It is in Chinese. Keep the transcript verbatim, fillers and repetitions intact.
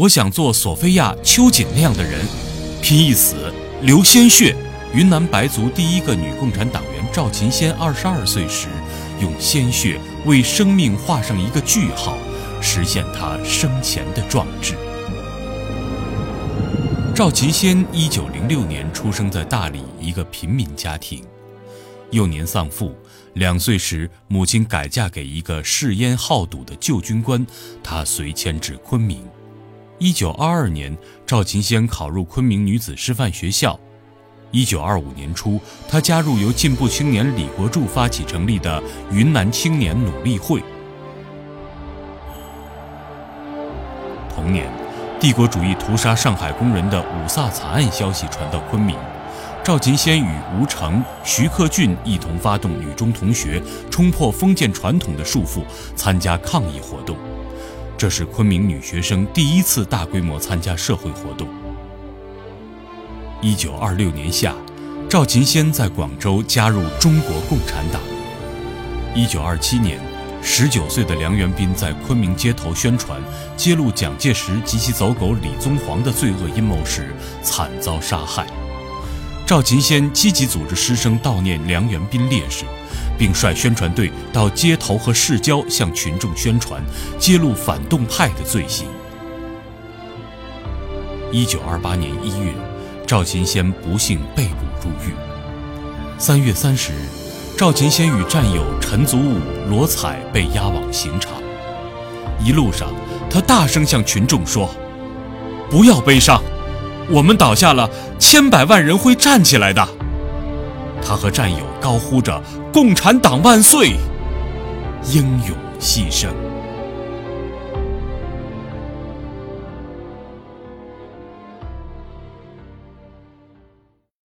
我想做索菲亚·秋瑾那样的人，拼一死，流鲜血。云南白族第一个女共产党员赵琴仙二十二岁时，用鲜血为生命画上一个句号，实现她生前的壮志。赵琴仙一九零六年出生在大理一个贫民家庭，幼年丧父，两岁时母亲改嫁给一个嗜烟好赌的旧军官，她随迁至昆明。一九二二年，赵琴仙考入昆明女子师范学校。一九二五年初，她加入由进步青年李国柱发起成立的云南青年努力会。同年，帝国主义屠杀上海工人的五萨惨案消息传到昆明，赵琴仙与吴成、徐克俊一同发动女中同学冲破封建传统的束缚，参加抗议活动。这是昆明女学生第一次大规模参加社会活动。一九二六年夏，赵琴仙在广州加入中国共产党。一九二七年，十九岁的梁元斌在昆明街头宣传，揭露蒋介石及其走狗李宗煌的罪恶阴谋时，惨遭杀害。赵琴仙积极组织师生悼念梁元斌烈士，并率宣传队到街头和市郊向群众宣传，揭露反动派的罪行。一九二八年一月，赵琴仙不幸被捕入狱。三月三十日，赵琴仙与战友陈祖武、罗彩被押往刑场。一路上，他大声向群众说：“不要悲伤，我们倒下了，千百万人会站起来的。”他和战友高呼着“共产党万岁”，英勇牺牲。